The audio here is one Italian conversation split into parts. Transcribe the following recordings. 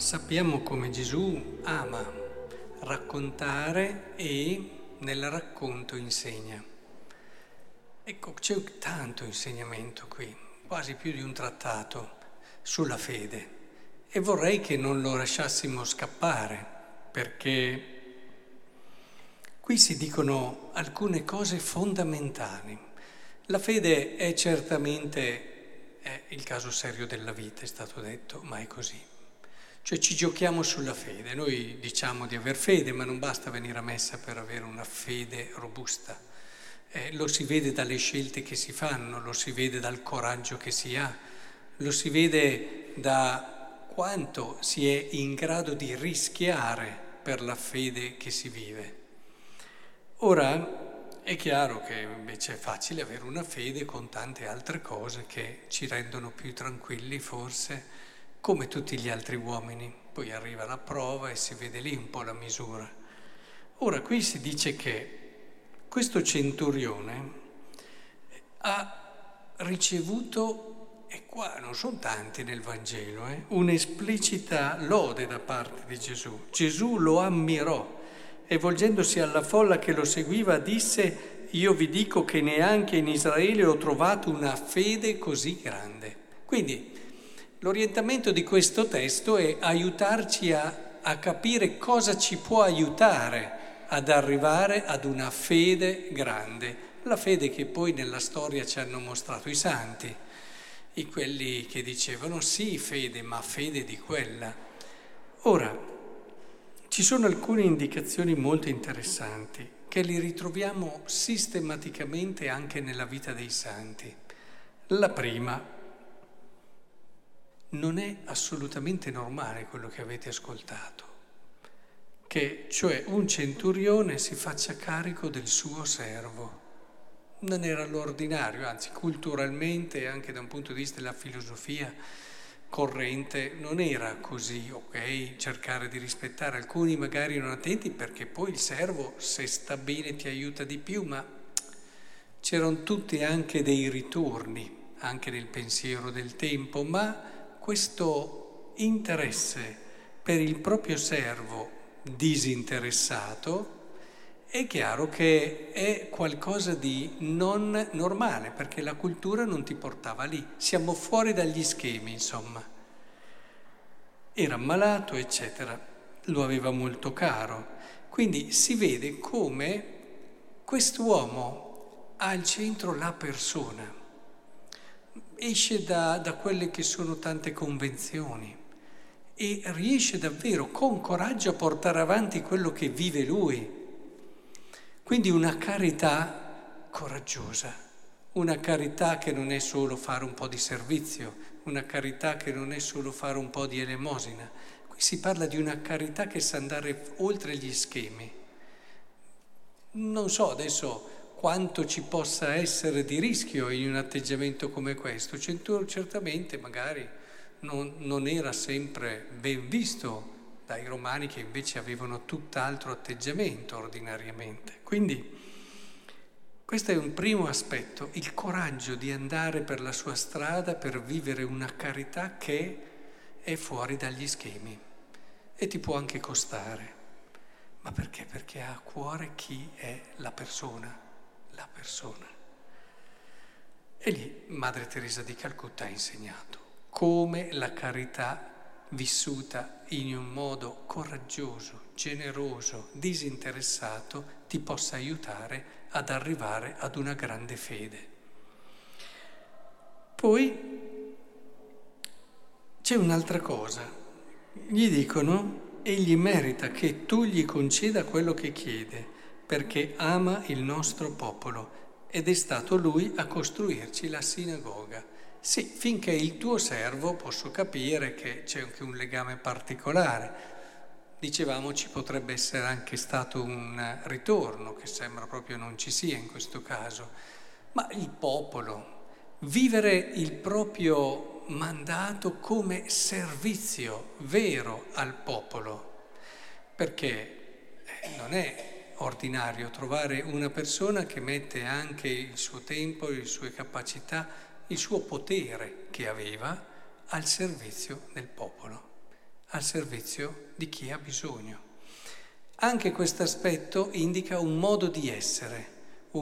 Sappiamo come Gesù ama raccontare e nel racconto insegna. Ecco, c'è tanto insegnamento qui, quasi più di un trattato sulla fede, e vorrei che non lo lasciassimo scappare, perché qui si dicono alcune cose fondamentali. La fede è certamente il caso serio della vita, è stato detto, ma è così. Cioè ci giochiamo sulla fede, noi diciamo di aver fede, ma non basta venire a messa per avere una fede robusta. Lo si vede dalle scelte che si fanno, lo si vede dal coraggio che si ha, lo si vede da quanto si è in grado di rischiare per la fede che si vive. Ora è chiaro che invece è facile avere una fede con tante altre cose che ci rendono più tranquilli forse, come tutti gli altri uomini. Poi arriva la prova e si vede lì un po' la misura. Ora qui si dice che questo centurione ha ricevuto, e qua non sono tanti nel Vangelo, un'esplicita lode da parte di Gesù. Gesù lo ammirò e volgendosi alla folla che lo seguiva disse: io vi dico che neanche in Israele ho trovato una fede così grande. Quindi l'orientamento di questo testo è aiutarci a capire cosa ci può aiutare ad arrivare ad una fede grande, la fede che poi nella storia ci hanno mostrato i santi, quelli che dicevano sì fede, ma fede di quella. Ora, ci sono alcune indicazioni molto interessanti che li ritroviamo sistematicamente anche nella vita dei santi. La prima: non è assolutamente normale quello che avete ascoltato, che cioè un centurione si faccia carico del suo servo. Non era l'ordinario, anzi culturalmente e anche da un punto di vista della filosofia corrente non era così, ok? Cercare di rispettare, alcuni magari non attenti perché poi il servo se sta bene ti aiuta di più, ma c'erano tutti anche dei ritorni, anche nel pensiero del tempo, ma questo interesse per il proprio servo disinteressato è chiaro che è qualcosa di non normale, perché la cultura non ti portava lì. Siamo fuori dagli schemi, insomma. Era ammalato, eccetera. Lo aveva molto caro. Quindi si vede come quest'uomo ha al centro la persona. Esce da quelle che sono tante convenzioni e riesce davvero con coraggio a portare avanti quello che vive lui. Quindi una carità coraggiosa, una carità che non è solo fare un po' di servizio, una carità che non è solo fare un po' di elemosina. Qui si parla di una carità che sa andare oltre gli schemi. Non so adesso quanto ci possa essere di rischio in un atteggiamento come questo. Certamente magari non era sempre ben visto dai romani, che invece avevano tutt'altro atteggiamento ordinariamente. Quindi questo è un primo aspetto, il coraggio di andare per la sua strada per vivere una carità che è fuori dagli schemi e ti può anche costare. Ma perché? Perché ha a cuore chi è la persona. La persona. E lì Madre Teresa di Calcutta ha insegnato come la carità vissuta in un modo coraggioso, generoso, disinteressato ti possa aiutare ad arrivare ad una grande fede. Poi c'è un'altra cosa. Gli dicono: egli merita che tu gli conceda quello che chiede, perché ama il nostro popolo ed è stato lui a costruirci la sinagoga. Sì, finché è il tuo servo posso capire che c'è anche un legame particolare. Dicevamo ci potrebbe essere anche stato un ritorno, che sembra proprio non ci sia in questo caso. Ma il popolo, vivere il proprio mandato come servizio vero al popolo, perché non è ordinario trovare una persona che mette anche il suo tempo, le sue capacità, il suo potere che aveva al servizio del popolo. al servizio di chi ha bisogno. Anche questo aspetto indica un modo di essere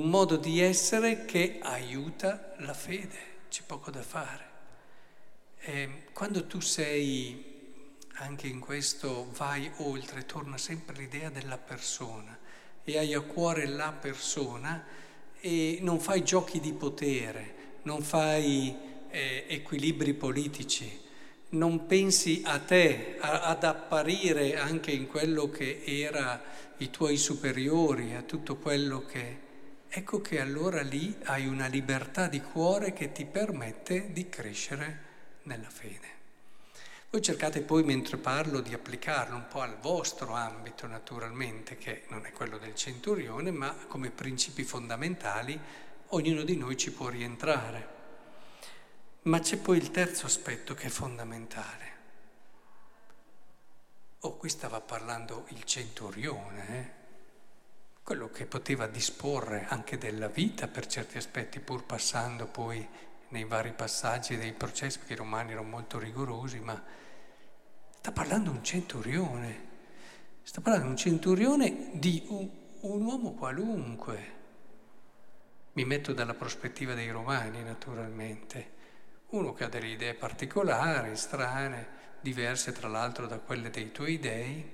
che aiuta la fede, c'è poco da fare. Quando tu sei, anche in questo, vai oltre, torna sempre l'idea della persona e hai a cuore la persona e non fai giochi di potere, non fai equilibri politici, non pensi a te, ad apparire anche in quello che era i tuoi superiori, a tutto quello che... Ecco che allora lì hai una libertà di cuore che ti permette di crescere nella fede. Voi cercate poi, mentre parlo, di applicarlo un po' al vostro ambito, naturalmente, che non è quello del centurione, ma come principi fondamentali ognuno di noi ci può rientrare. Ma c'è poi il terzo aspetto che è fondamentale. Qui stava parlando il centurione, quello che poteva disporre anche della vita per certi aspetti, pur passando poi nei vari passaggi dei processi, perché i romani erano molto rigorosi, ma sta parlando un centurione, di un uomo qualunque. Mi metto dalla prospettiva dei romani, naturalmente. Uno che ha delle idee particolari, strane, diverse tra l'altro da quelle dei tuoi dei,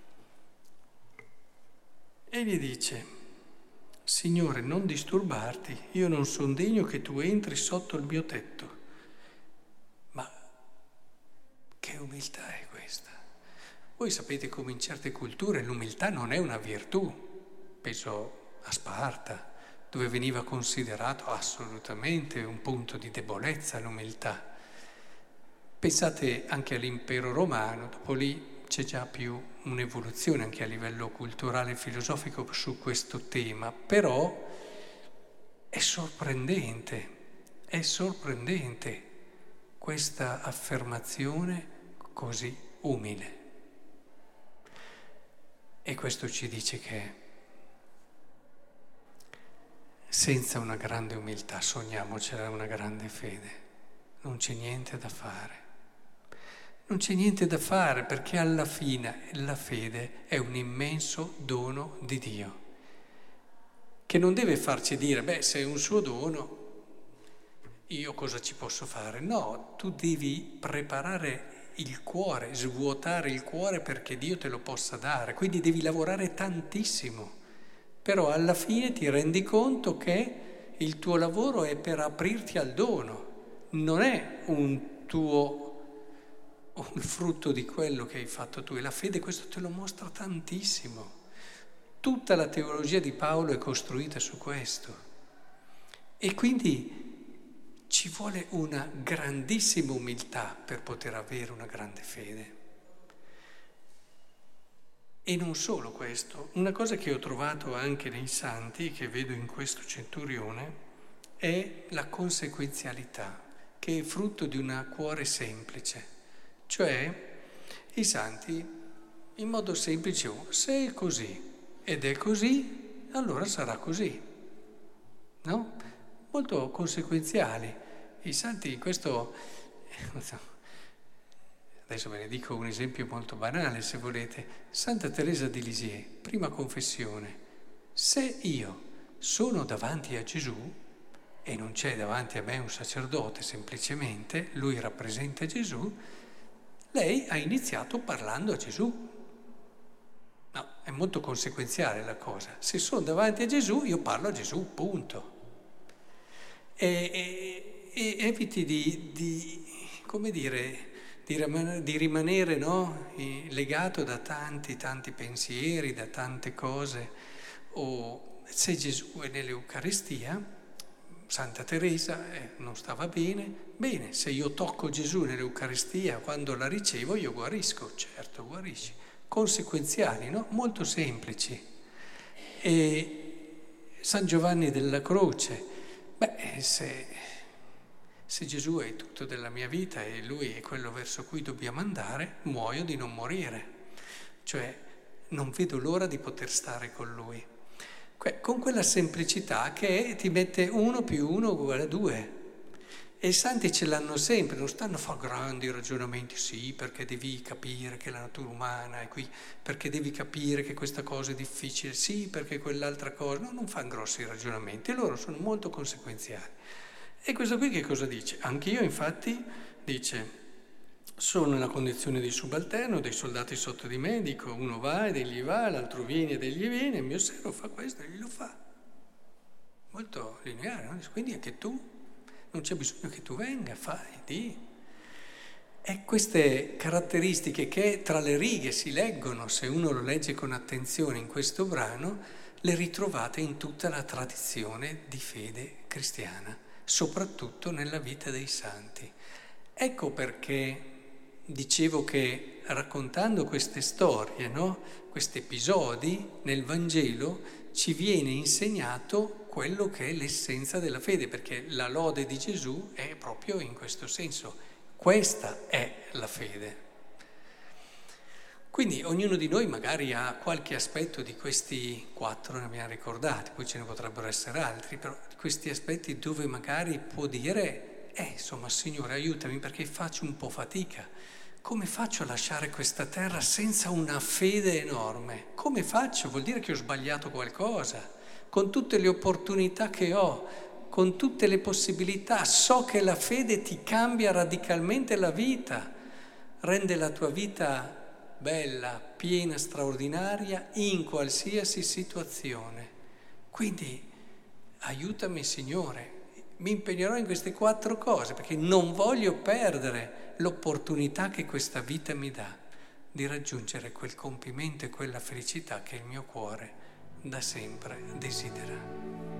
e gli dice: Signore, non disturbarti, io non sono degno che tu entri sotto il mio tetto. Ma che umiltà è questa? Voi sapete come in certe culture l'umiltà non è una virtù. Penso a Sparta, dove veniva considerato assolutamente un punto di debolezza l'umiltà. Pensate anche all'impero romano, dopo lì c'è già più un'evoluzione anche a livello culturale e filosofico su questo tema, però è sorprendente questa affermazione così umile. E questo ci dice che senza una grande umiltà, sogniamocela, una grande fede, non c'è niente da fare. Non c'è niente da fare perché alla fine la fede è un immenso dono di Dio, che non deve farci dire, se è un suo dono, io cosa ci posso fare? No, tu devi preparare il cuore, svuotare il cuore perché Dio te lo possa dare, quindi devi lavorare tantissimo, però alla fine ti rendi conto che il tuo lavoro è per aprirti al dono, non è un tuo il frutto di quello che hai fatto tu, e la fede questo te lo mostra tantissimo. Tutta la teologia di Paolo è costruita su questo e quindi ci vuole una grandissima umiltà per poter avere una grande fede. E non solo questo, una cosa che ho trovato anche nei santi, che vedo in questo centurione, è la conseguenzialità, che è frutto di un cuore semplice. Cioè, i santi, in modo semplice, se è così ed è così, allora sarà così, no? Molto conseguenziali. I santi in questo, adesso ve ne dico un esempio molto banale, se volete. Santa Teresa di Lisieux, prima confessione: se io sono davanti a Gesù e non c'è davanti a me un sacerdote, semplicemente, lui rappresenta Gesù, lei ha iniziato parlando a Gesù. No, è molto conseguenziale la cosa. Se sono davanti a Gesù, io parlo a Gesù, punto. E eviti di rimanere, no, legato da tanti pensieri, da tante cose. O se Gesù è nell'Eucaristia, Santa Teresa non stava bene, se io tocco Gesù nell'Eucaristia quando la ricevo io guarisco, certo guarisci, conseguenziali, no? Molto semplici. E San Giovanni della Croce, se Gesù è tutto della mia vita e Lui è quello verso cui dobbiamo andare, muoio di non morire, cioè non vedo l'ora di poter stare con Lui. Con quella semplicità che ti mette 1 + 1 = 2. E i santi ce l'hanno sempre, non stanno a fare grandi ragionamenti, sì, perché devi capire che la natura umana è qui, perché devi capire che questa cosa è difficile, sì, perché quell'altra cosa, no, non fanno grossi ragionamenti, loro sono molto conseguenziali. E questo qui che cosa dice? Anch'io infatti, dice, sono nella condizione di subalterno, dei soldati sotto di me, dico, uno va ed egli va, l'altro viene ed egli viene, il mio servo fa questo e egli lo fa. Molto lineare, no? Quindi anche tu. Non c'è bisogno che tu venga, fai, di. E queste caratteristiche che tra le righe si leggono, se uno lo legge con attenzione in questo brano, le ritrovate in tutta la tradizione di fede cristiana, soprattutto nella vita dei santi. Ecco perché dicevo che raccontando queste storie, no? Questi episodi nel Vangelo ci viene insegnato quello che è l'essenza della fede, perché la lode di Gesù è proprio in questo senso. Questa è la fede. Quindi ognuno di noi magari ha qualche aspetto di questi 4, ne abbiamo ricordati, poi ce ne potrebbero essere altri, però questi aspetti dove magari può dire, insomma, Signore, aiutami perché faccio un po' fatica. Come faccio a lasciare questa terra senza una fede enorme? Come faccio? Vuol dire che ho sbagliato qualcosa. Con tutte le opportunità che ho, con tutte le possibilità, so che la fede ti cambia radicalmente la vita, rende la tua vita bella, piena, straordinaria in qualsiasi situazione. Quindi aiutami, Signore, mi impegnerò in queste 4 cose perché non voglio perdere l'opportunità che questa vita mi dà di raggiungere quel compimento e quella felicità che il mio cuore da sempre desidera.